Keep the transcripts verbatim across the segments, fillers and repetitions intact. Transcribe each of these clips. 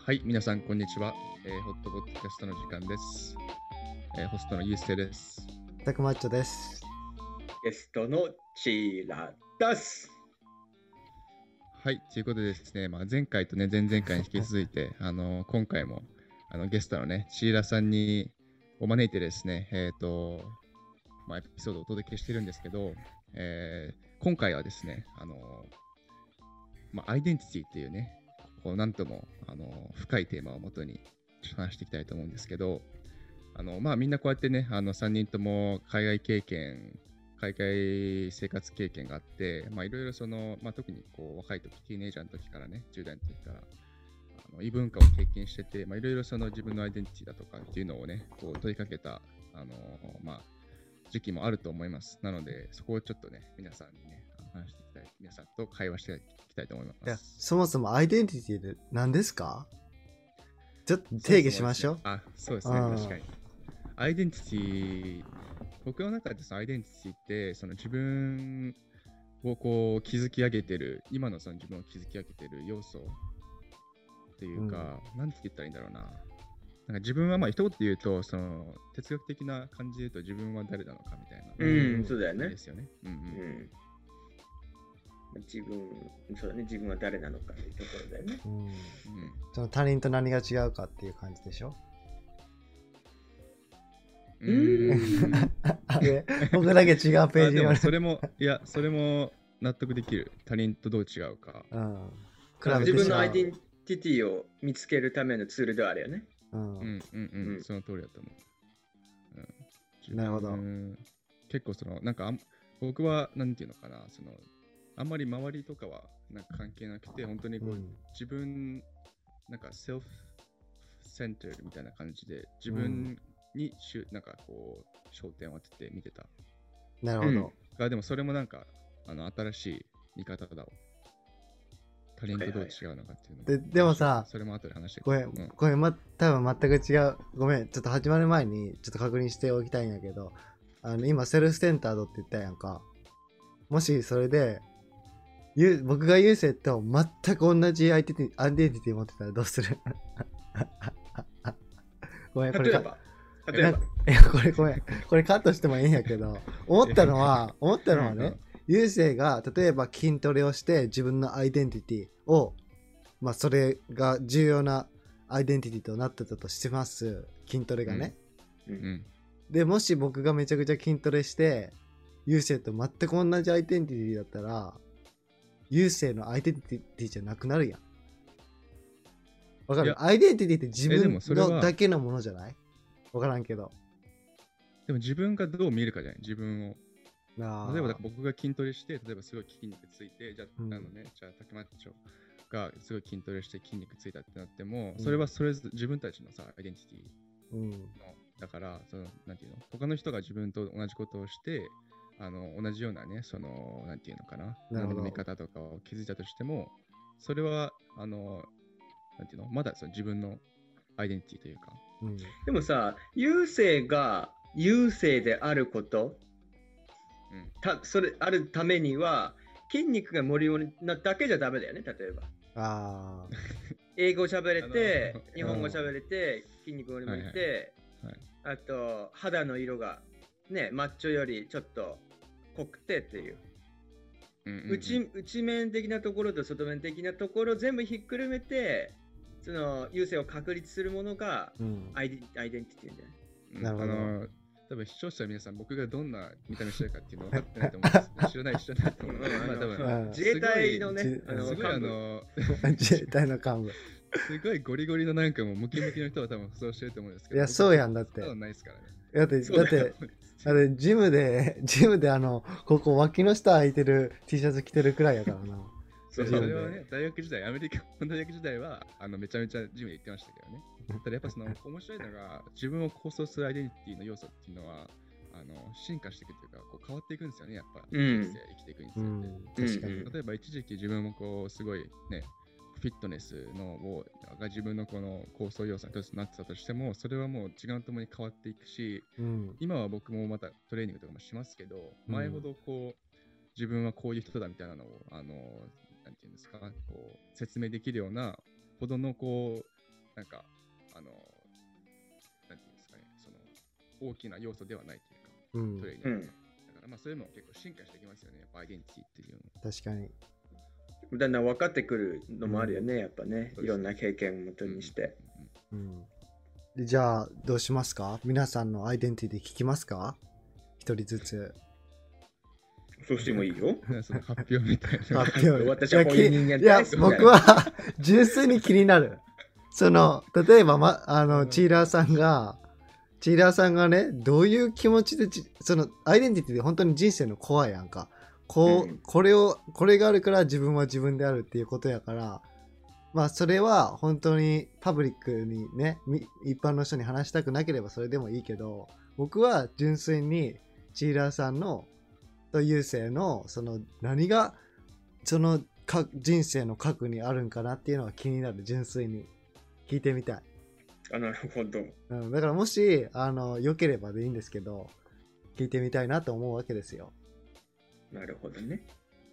はい、皆さん、こんにちは。えーホットポッドキャストの時間です。えーホストのゆうすけです。 たくまっちょです。 ゲストのチーラです。 はい、ということでですね、まあ、前回とね、前々回に引き続いて、あの今回もあのゲストのね、チーラさんにを招いてですね、えっ、と、まあ、エピソードをお届けしてるんですけど、えー今回はですね、あのまあ、アイデンティティっていうね、こうなんともあの深いテーマをもとにちょっと話していきたいと思うんですけど、あのまあ、みんなこうやってね、あのさんにんとも海外経験、海外生活経験があって、まあ、いろいろその、まあ、特にこう若い時、ティーネイジャーの時からね、じゅう代の時からあの異文化を経験してて、まあ、いろいろその自分のアイデンティティだとかっていうのをね、こう問いかけた、あのまあ、時期もあると思います。なので、そこをちょっとね、皆さんにね、あの話していきたい、皆さんと会話していきたいと思います。 いや、そもそもアイデンティティって何ですか？ちょっと定義しましょう。 あ、そうですね、確かに。アイデンティティ、僕の中でそのアイデンティティって、その自分をこう築き上げてる、今のその自分を築き上げてる要素っていうか、うん、なんて言ったらいいんだろうな。なんか自分はまあ一言で言うと、その哲学的な感じで言うと自分は誰なのかみたいな。 うん、そうだよね。 ですよね。うんうん。うん自分、そうだね、自分は誰なのかというところだよね。うんうん、 その他人と何が違うかっていう感じでしょ。 うーんあれ僕だけ違うページに。でもそれも、いや、それも納得できる。他人とどう違うか。 うん、 自分のアイデンティティを見つけるためのツールではあるよね。 うんうんうんうん、その通りだと思う。 うん、なるほど。 結構その、なんか僕は、なんていうのかな、その、あんまり周りとかはなんか関係なくて、本当にこう、うん、自分、なんかセルフセンターみたいな感じで、自分にしゅ、うん、なんかこう、焦点を当てて見てた。 なるほど。 うん、でもそれもなんか、あの新しい見方だわ。他人とどう違うのかっていうの、 はいはい、で, でもさ、 それも後で話してこれ、うん、これ、ま、多分全く違う。ごめん、ちょっと始まる前にちょっと確認しておきたいんやけど、あの今、セルフセンタードって言ったやんか。もしそれで、ゆ僕がユーセイと全く同じアイデンティティ、アイデンティティ持ってたらどうする？ごめん、これ例えば例えばいや、これごめん、これカットしてもいいんやけど、思ったのは、思ったのはね、ユーセイが例えば筋トレをして自分のアイデンティティを、まあそれが重要なアイデンティティとなってたとしてます。筋トレがね。 うんうん、 で、もし僕がめちゃくちゃ筋トレして、ユーセイと全く同じアイデンティティだったら、ユーセイのアイデンティティじゃなくなるやん。わかる？アイデンティティって自分のだけのものじゃない？わからんけど。 でも自分がどう見えるかじゃない？自分を。例えば僕が筋トレして、例えばすごい筋肉ついて、じゃあ、うん、あのね、じゃあ、タクマッチョがすごい筋トレして筋肉ついたってなっても、うん、それはそれぞれ自分たちのさ、アイデンティティの、うん、だから、その、なんていうの、他の人が自分と同じことをして、あの同じようなね、その、なんていうのかな、な見方とかを気づいたとしても、それは、あの、なんていうの、まだその自分のアイデンティティというか。 うん、でもさ、優勢が優勢であること、うん、たそれあるためには、筋肉が盛り盛りなだけじゃダメだよね、例えば。 あ英語喋れて、日本語喋れて、筋肉盛り盛りて、はいはいはい、あと肌の色がね、マッチョよりちょっと濃くてっていう。うんうんうん、内, 内面的なところと外面的なところ全部ひっくるめて、その優勢を確立するものがアイデン、うん、アイデンティティみたいな。 なるほど。あの多分視聴者の皆さん、僕がどんな見た目してるかっていうの分かってないと思うんですけど、知らない知らないと思う。まあ多分自衛隊のね、 あのすごいあの自衛隊の幹部。 すごいゴリゴリのなんかもうムキムキの人は多分そうしてると思うんですけど。 いや、そうやんだって。 そうないですからね。 だって、だって、だってジムで、ジムであの、ここ脇の下空いてる T シャツ着てるくらいやからな。 そう、それはね、大学時代、アメリカの大学時代は、あのめちゃめちゃジムで行ってましたけどね。ただやっぱその面白いのが、自分を構想するアイデンティティの要素っていうのは、あの進化していくというか、こう変わっていくんですよね、やっぱ。人生生きていくにつれて。うん、確かに。例えば一時期自分もこう、すごいね、フィットネスのをが自分のこの構想要素の一つになってたとしても、それはもう時間ともに変わっていくし、うん、今は僕もまたトレーニングとかもしますけど、前ほどこう、自分はこういう人だみたいなのを、あの、なんていうんですか、こう説明できるようなほどのこうなんか、あの、なんていうんですかね、その、大きな要素ではないというか、 うん、 トレーニング、うん、だからまあそういうのも結構進化してきますよね、やっぱアイデンティティっていうの。 確かに。 だんだん分かってくるのもあるよね、うん、やっぱね、いろんな経験をもとにして。 うんうんうん、じゃあ、どうしますか？皆さんのアイデンティティ聞きますか？一人ずつ。 そうしてもいいよ。 その発表みたいな。 発表。私はこういう人間いや、僕は純粋に気になる。その、例えば、ま、あの、チーラーさんが、チーラーさんがね、どういう気持ちで、その、アイデンティティで本当に人生のコアやんか。こう、うん、これを、これがあるから自分は自分であるっていうことやから、まあ、それは本当にパブリックにね、一般の人に話したくなければそれでもいいけど、僕は純粋にチーラーさんのと優勢のその何がそのか人生の核にあるんかなっていうのが気になる。純粋に聞いてみたい。 あ、なるほど、 うん、だからもしあの良ければでいいんですけど、聞いてみたいなと思うわけですよ。 なるほどね。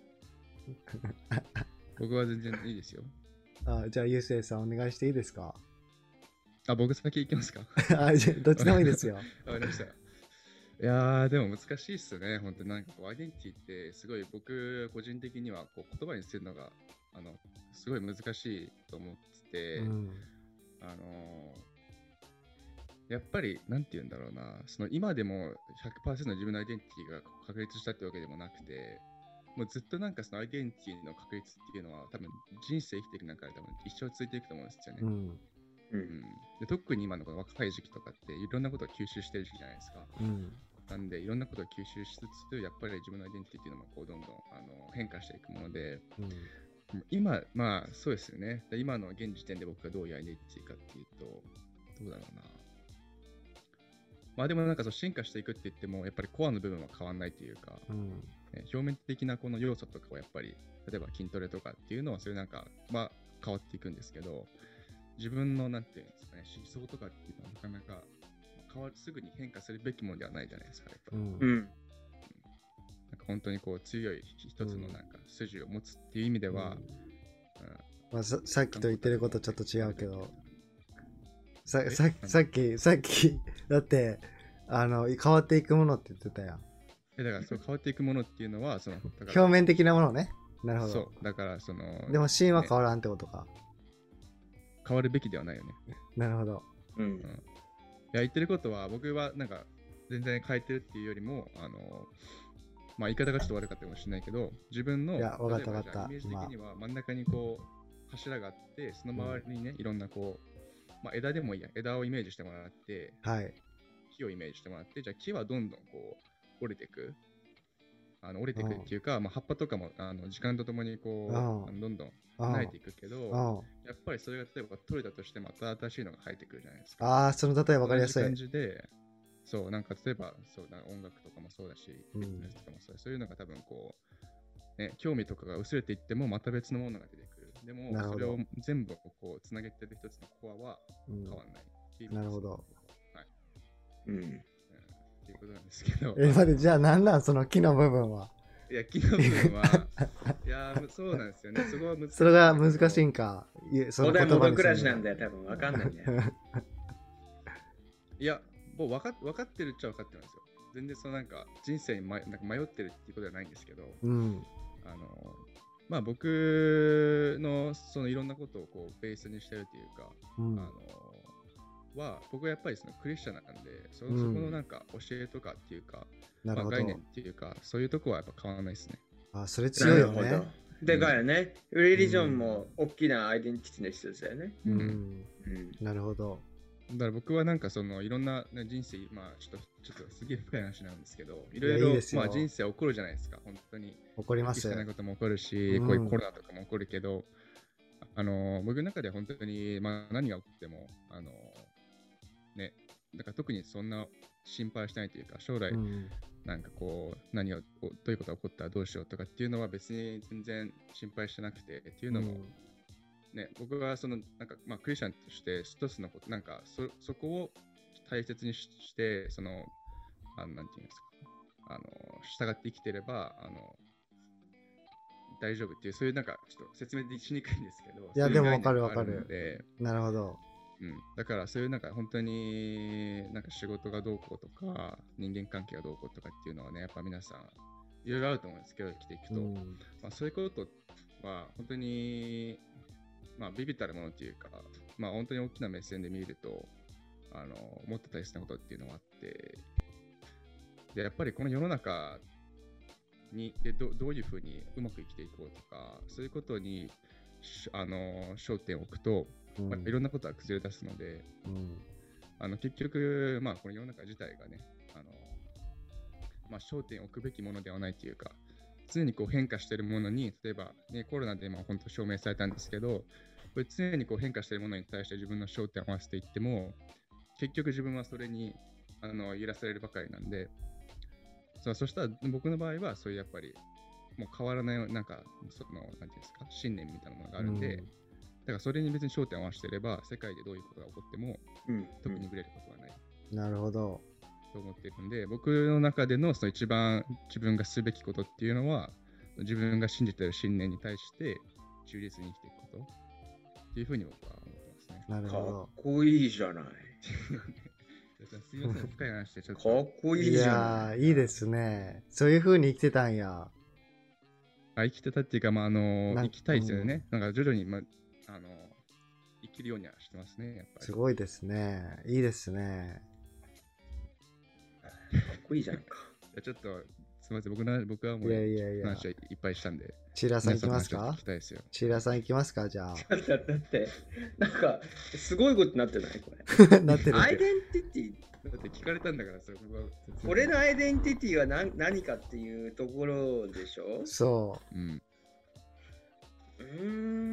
僕は全然いいですよ。 あ、じゃあ優勢さんお願いしていいですか？ あ、僕先行きますか？ あ、じゃどっちでもいいですよ。 わかりました。いやー、でも難しいっすね。本当になんかこう、アイデンティティってすごい僕個人的にはこう言葉にするのがあのすごい難しいと思ってて、うん、あのー、やっぱりなんて言うんだろうな、その今でも ひゃくパーセント の自分のアイデンティティが確立したってわけでもなくて、もうずっとなんかそのアイデンティティの確立っていうのは多分人生生きていく中で多分一生続いていくと思うんですよね。うんうん、で特に今の若い時期とかっていろんなことを吸収してる時期じゃないですか。うん、なんでいろんなことを吸収しつつやっぱり自分のアイデンティティっていうのもこうどんどんあの変化していくもので、うん、今まあそうですよね。今の現時点で僕がどういうアイデンティティかっていうとどうだろうな。まあでもなんかそう進化していくって言ってもやっぱりコアの部分は変わんないというか、うん、表面的なこの要素とかはやっぱり例えば筋トレとかっていうのはそれなんかまあ変わっていくんですけど、自分のなんていうんですかね、思想とかっていうのはなかなか変わるすぐに変化するべきものではないじゃないですか、やっぱり。うんうん、なんか本当にこう強い一つのなんか筋を持つっていう意味では、うんうんまあ、さ, さっきと言ってることちょっと違うけど、さ, さ, さっきさっきだってあの変わっていくものって言ってたやん。 えだからそう変わっていくものっていうのはその表面的なものね。なるほど。 そうだからそのでも芯は変わらんってことか。ね、 変わるべきではないよね。 なるほど。 うん。うん、いや言ってることは僕はなんか全然変えてるっていうよりもあのまあ言い方がちょっと悪かったかもしれないけど、自分のいや分かった分かった。 イメージ的には真ん中にこう柱があってその周りにね、うん、いろんなこうまあ枝でもいいや枝をイメージしてもらって、 はい、 木をイメージしてもらってじゃあ木はどんどんこう折れていく。あの折れていくっていうか、まあ、葉っぱとかもあの時間とともにこうどんどん生えていくけど、やっぱりそれが例えば取れたとしてまた新しいのが生えてくるじゃないですか。 ああ、その例え分かりやすい。 同じ感じで、そうなんか例えばそうなんか音楽とかもそうだし、フィットネスとかもそうだし、そういうのが多分こう、ね、興味とかが薄れていってもまた別のものが出てくる。でもそれを全部こうつなげてる一つのコアは変わらないっていう、 うん。なるほど。 はい。 うん。 っていうことなんですけど。 え、待って、じゃあ何なんその木の部分は。 いや、木の部分は、いや、そうなんですよね。そこは難しい。 それが難しいんか。 その言葉に暮らしなんだよ、多分分かんないんだよ。 いや、もう分か分かってるっちゃ分かってるんですよ。全然そのなんか人生に、ま、なんか迷ってるっていうことではないんですけど、 うん、 あの、まあ僕のそのいろんなことをこうベースにしてるっていうか、うん、あの、は僕はやっぱりそのクリスチャンなんで そ, そこのなんか教えとかっていうか、うんまあ、概念っていうかそういうとこはやっぱ変わらないですね。 あ、それ強いよね。 でかいよね。リリジョンも大きなアイデンティティの一つだよね。 うん。うん、なるほど。 だから僕はなんかそのいろんな、ね、人生、まあちょっとちょっとすげえ深い話なんですけど、いろいろまあ人生起こるじゃないですか、本当に。 起こります。 ないことも起こるし、うん、こういうコロナとかも起こるけど、あの僕の中では本当にまあ何が起こってもあのね、だから特にそんな心配しないというか、将来なんかこう何をどういうことが起こったらどうしようとかっていうのは別に全然心配してなくてっていうのも、ね、僕はそのなんかまあクリスチャンとして一つのことなんか そ, そこを大切にしてそのあのなんていうんですかあの従って生きてればあの大丈夫っていうそういうなんかちょっと説明しにくいんですけど、 いやでもわかるわかる。なるほど。 うん、だからそういうなんか本当になんか仕事がどうこうとか人間関係がどうこうとかっていうのはね、やっぱ皆さんいろいろあると思うんですけど、生きていくと、 うんまあ、そういうことは本当にまあビビたるものっていうか、まあ本当に大きな目線で見るとあのもっと大切なことっていうのはあって、でやっぱりこの世の中にで ど, どういうふうにうまく生きていこうとか、そういうことにあの焦点を置くと、 うんまあ、いろんなことが崩れ出すので、 うんあの結局、まあ、この世の中自体がね、あのまあ、焦点を置くべきものではないというか、常にこう変化しているものに、例えば、ね、コロナでまあ本当証明されたんですけど、これ常にこう変化しているものに対して自分の焦点を合わせていっても、結局自分はそれにあの揺らされるばかりなんで、そ, そしたら僕の場合は、そういうやっぱり、もう変わらない、なんか、その、なんていうんですか、信念みたいなものがあるんで、 うんだからそれに別に焦点を合わせていれば、世界でどういうことが起こっても、 うん特にぶれることはないなるほど。 と思っているんで、僕の中でのその一番自分がすべきことっていうのは、自分が信じている信念に対して忠実に生きていくことっていうふうに僕は思ってますね。 なるかっほど。 こいいじゃない。 すみません、深い話でちょっかと。 っこいいいじゃやー、 ない。 いいですね。そういう風に生きてたんや。 あ生きてたっていうか、まあ、あのなん生きたいですよね。なんか徐々に、まあ、あの生きるようにはしてますね、やっぱり。 すごいですね。いいですね。 かっこいいじゃんか。 いやちょっと、すみません、僕の僕はもういやいやいや話はいっぱいしたんで、 チーラーさん行きます皆さんの話をか聞きたいですよ。 チーラーさん行きますかじゃだって、だって、なんか、すごいことになってないこあ。なってれ。 るって。 アイデンティティ、 だって聞かれたんだから、それ僕は説明俺のアイデンティティは何何かっていうところでしょ。 そうん。 うー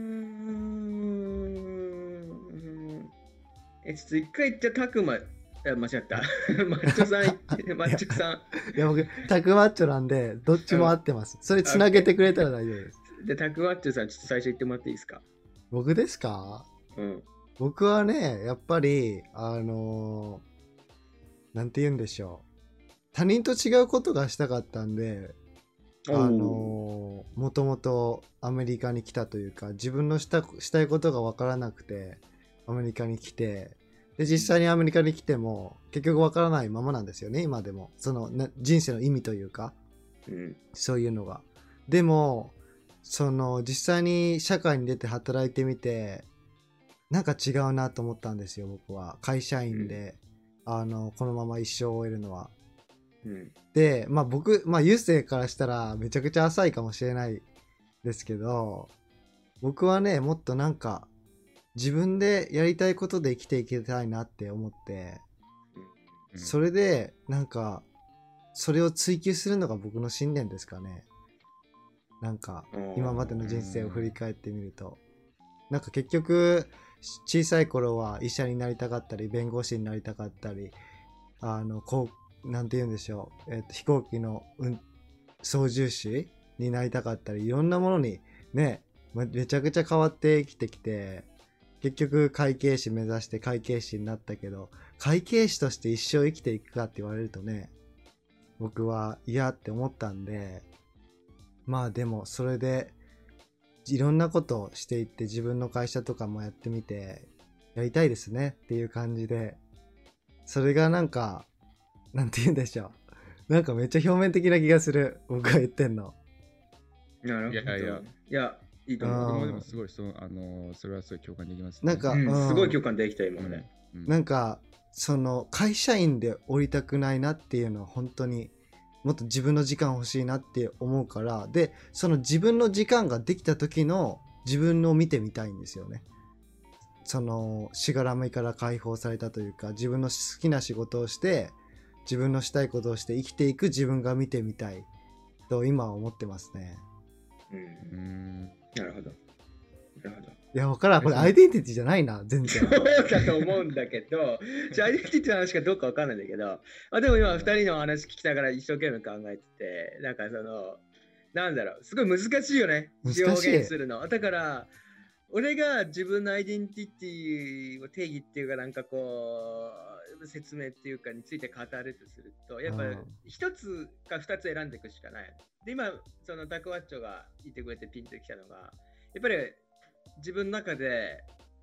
ん。え、ちょっと一回じゃあ、たくま、あ間違った。マッチョさん言って、マッチョさん。 う。いや、僕、タクマッチョなんで、どっちも合ってます。それつなげてくれたら大丈夫です。 で、タクマッチョさん、ちょっと最初言ってもらっていいですか。 僕ですかうん。 僕はね、やっぱり、あのーなんて言うんでしょう。他人と違うことがしたかったんで、あのーもともとアメリカに来たというか、自分のしたしたいことが分からなくて、アメリカに来て、で、実際にアメリカに来ても、結局分からないままなんですよね、今でも。その、な人生の意味というか、 うん。 そういうのが。でも、その、実際に社会に出て働いてみて、なんか違うなと思ったんですよ、僕は。会社員で、あの、このまま一生を終えるのは。 うん。 で、まあ僕、まあ優勢からしたらめちゃくちゃ浅いかもしれないですけど、僕はね、もっとなんか、自分でやりたいことで生きていきたいなって思って、 うんそれで、なんか、それを追求するのが僕の信念ですかね。なんか、今までの人生を振り返ってみると。なんか結局、小さい頃は医者になりたかったり、弁護士になりたかったり、あの、こう、なんて言うんでしょう、えっと、飛行機の、うん、操縦士になりたかったり、いろんなものにね、めめちゃくちゃ変わってきてきて、結局会計士目指して会計士になったけど、会計士として一生生きていくかって言われるとね、僕は嫌って思ったんで、まあでもそれでいろんなことをしていって自分の会社とかもやってみてやりたいですねっていう感じで、それがなんかなんて言うんでしょう、なんかめっちゃ表面的な気がする、僕が言ってんの。 なるほど。 いやいやいや、いいと思う。 あー僕もでもすごいそう、あのそれはすごい共感できますね。 なんか、 うんうんすごい共感できた今まで。 うんなんかその会社員で降りたくないなっていうのは本当にもっと自分の時間欲しいなって思うから、でその自分の時間ができた時の自分を見てみたいんですよね。そのしがらみから解放されたというか、自分の好きな仕事をして自分のしたいことをして生きていく自分が見てみたいと今は思ってますね。 う。 うんんなるほど。なるほど。 いや分からん、これアイデンティティじゃないな全然。 そうだと思うんだけど、じゃあアイデンティティの話かどうかわかんないんだけど、まあ、でも今ふたりの話聞きながら一生懸命考えてて、なんかその、なんだろう、すごい難しいよね、 難しい表現するの。だから、俺が自分のアイデンティティを定義っていうか、なんかこう、説明っていうかについて語るとすると、やっぱうん一つか二つ選んでいくしかない。で、今、そのタクワッチョが言ってくれてピンときたのが、やっぱり自分の中で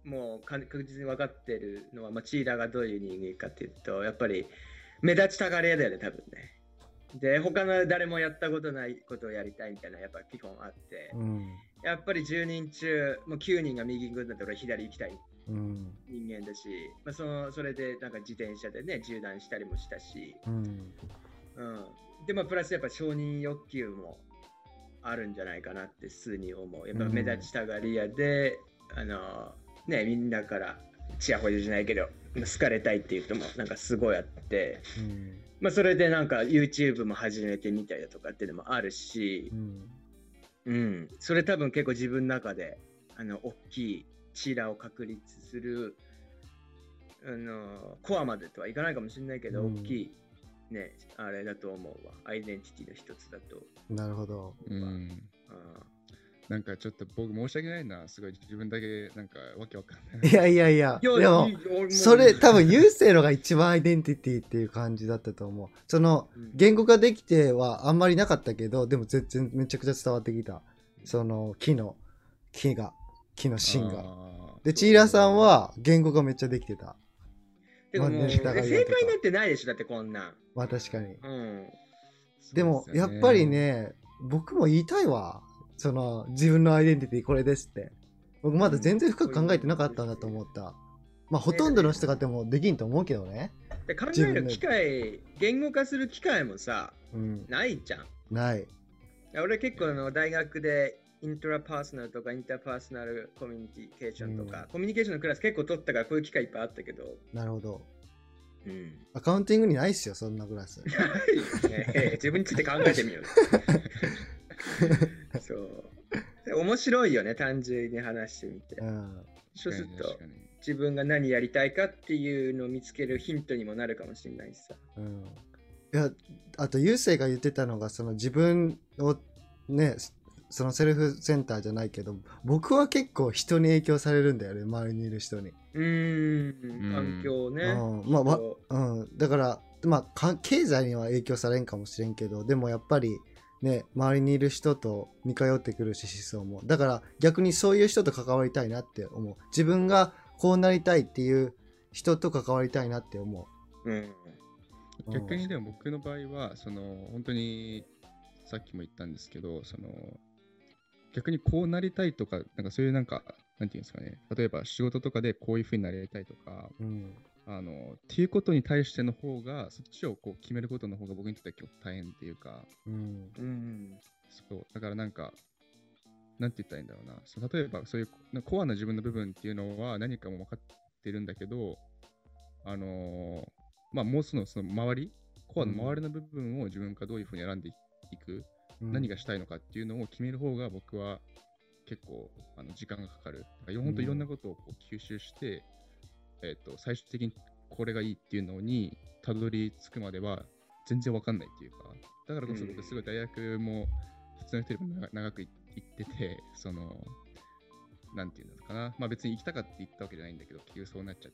もう確実に分かってるのは、まあ、チーラがどういう人間かっていうと、やっぱり目立ちたがり屋だよね、多分ね。で、他の誰もやったことないことをやりたいみたいな、やっぱ基本あって、 うん、 やっぱりじゅうにん中、もうきゅうにんが右軍だったら俺左行きたいうん、 人間だし、まあ、そのそれでなんか自転車でね、縦断したりもしたし、 うん、 うん。で、まあ、プラスやっぱ承認欲求もあるんじゃないかなって数に思う。やっぱ目立ちたがり屋で、うん、あの、ね、みんなからチヤホヤじゃないけど好かれたいっていう人もなんかすごいあって、うん、まあそれでなんか YouTube も始めてみたりだとかっていうのもあるし、うん、うん、それ多分結構自分の中であの大きいチーラを確立するあのコアまでとはいかないかもしれないけど、うん、大きいねあれだと思うわ。アイデンティティの一つだと。 なるほど。 うん。あなんかちょっと僕申し訳ないな、すごい自分だけなんかわけわかんない。 いやいやいや、でもそれ多分優勢のが一番アイデンティティっていう感じだったと思う。その言語化できてはあんまりなかったけど、でも全然めちゃくちゃ伝わってきた。その木の木が木の芯が。でチーラさんは言語化めっちゃできてた。 でももう正解なんてないでしょ、だってこんなん。 まあ確かに。 うん、 でもやっぱりね、僕も言いたいわ。その自分のアイデンティティこれですって。僕まだ全然深く考えてなかったんだと思った。まあほとんどの人がでもできんと思うけどね。 で考える機会、言語化する機会もさ、うん、ないじゃん。 ない。 俺結構の大学でイントラパーソナルとかインターパーソナルコミュニケーションとか、うん、コミュニケーションのクラス結構取ったからこういう機会いっぱいあったけど。 なるほど。 うん、 アカウンティングにないっすよ、そんなクラス。 ね、自分について考えてみよう。そう面白いよね、単純に話してみて。うん、そうすると自分が何やりたいかっていうのを見つけるヒントにもなるかもしれないしさ。 うん、いやあと優勢が言ってたのがその自分をねそのセルフセンターじゃないけど僕は結構人に影響されるんだよね、周りにいる人に。 うーん環境ね、 うんまあまうん、だからまあ経済には影響されんかもしれんけど、でもやっぱりね、周りにいる人と似通ってくるし思想も。だから逆にそういう人と関わりたいなって思う。自分がこうなりたいっていう人と関わりたいなって思う。うん、 逆にでも僕の場合はその本当にさっきも言ったんですけど、その逆にこうなりたいとか、なんかそういうなんかなんていうんですかね、例えば仕事とかでこういう風になりたいとか、うん、あのっていうことに対しての方が、そっちをこう決めることの方が僕にとっては結構大変っていうか、うんうん、そうだからなんかなんて言ったらいいんだろうな、その例えばそういうコアな自分の部分っていうのは何かも分かってるんだけど、あのー、まあもうそのその周りコアの周りの部分を自分がどういうふうに選んでいく、うん、何がしたいのかっていうのを決める方が僕は結構あの時間がかかる。だから本当いろんなことをこう吸収して、うん、えーと、最終的にこれがいいっていうのにたどり着くまでは全然わかんないっていうか、だからこそ僕すごい大学も普通の人よりも長く行ってて、そのなんていうんだかな、まあ別に行きたかって言ったわけじゃないんだけど、結局そうなっちゃって、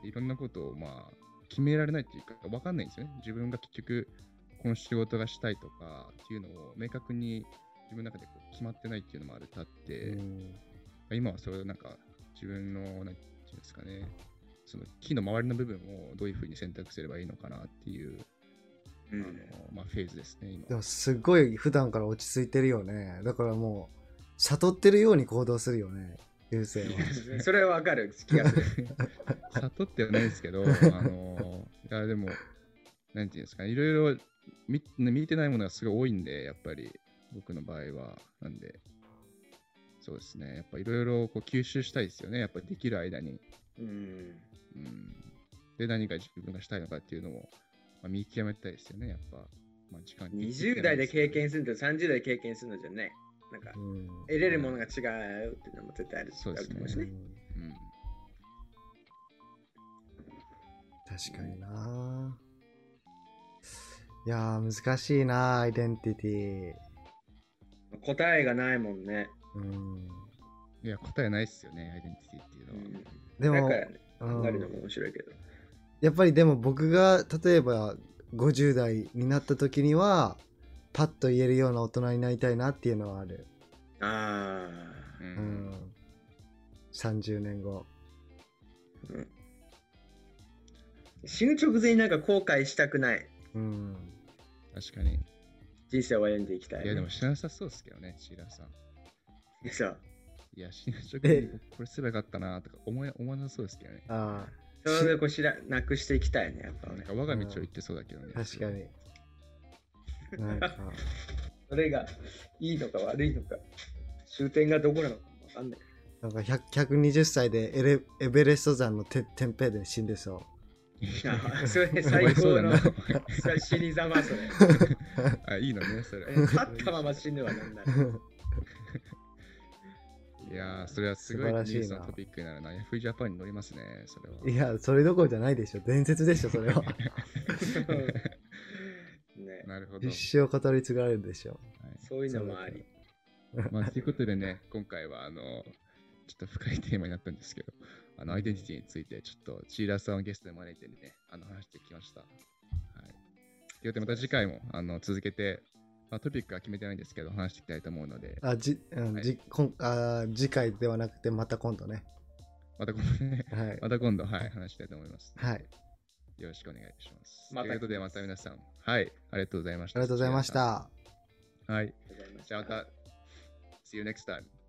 いろんなことをまあ決められないっていうかわかんないんですよね。自分が結局この仕事がしたいとかっていうのを明確に自分の中でこう決まってないっていうのもあるたって、うん、今はそれをなんか自分のなんていうんですかね、その木の周りの部分をどういうふうに選択すればいいのかなっていう、うん、あのまあ、フェーズですね今。 でもすごい普段から落ち着いてるよね。だからもう悟ってるように行動するよね、優勢は。それはわかる気がする。 悟ってはないですけど、あのいやでもなんていうんですかね、いろいろ 見, 見てないものがすごい多いんで、やっぱり僕の場合はなんで、そうですね、やっぱいろいろ吸収したいですよね、やっぱりできる間に。うん、うん、で何が自分がしたいのかっていうのを、まあ、見極めたいですよね、やっぱ。まあ、時間にじゅう代で経験するとさんじゅう代で経験するのじゃね、なんか、うん、得れるものが違うっていうのも絶対ある。 そうですね。 あるね、うん、 確かにな。いやー難しいな、アイデンティティ。 答えがないもんね。 うん。 いや、答えないっすよね、アイデンティティっていうのは。うん、 でも、だからね、考えるのも面白いけど。 やっぱりでも僕が例えばごじゅう代になった時には、パッと言えるような大人になりたいなっていうのはある。 ああ。 うん。さんじゅうねんご。 うん死ぬ直前になんか後悔したくない。 うん。 確かに。 人生を歩んでいきたい、ね。 いや、でも知らなさそうですけどね、シーラさん。 そう。 いや、死ぬ直前にこれすればよかったなとか思い思わなそうですけどね。 ああ。 それでこう知らなくしていきたいね、やっぱね。 なんか我が道を行ってそうだけどね。 確かに。なんか。 それがいいのか悪いのか、終点がどこなのかわかんない。 なんかひゃく ひゃくにじゅっさいでエレエベレスト山のててんぺいで死んでそう。 あそれ最高の死にざまそれ。 あ、いいのね、それ。 立ったまま死ぬわなんだ。 いやー、それはすごいニュースのトピックになるな。ヤフージャパンに乗りますね、それは。 いや、それどころじゃないでしょ。伝説でしょ、それは。 ね、なるほど。 一生語り継がれるでしょ。 はい、そういうのもあり。 まあ、ということでね、今回はあの、ちょっと深いテーマになったんですけど、あの、アイデンティティについて、ちょっとチーラーさんをゲストで招いてね、あの、話してきました。はい。ということで、また次回もあの続けて、まあ、トピックは決めてないんですけど、話していきたいと思うので。 あ、じ、うん、はい、じこんあ次回ではなくて、また今度ね。 また今度ね、はい、また今度、はい、話したいと思います。 はい。 よろしくお願いします。またということで、また皆さん、はい、ありがとうございました。 ありがとうございました。 はい。じゃあまた、See you next time.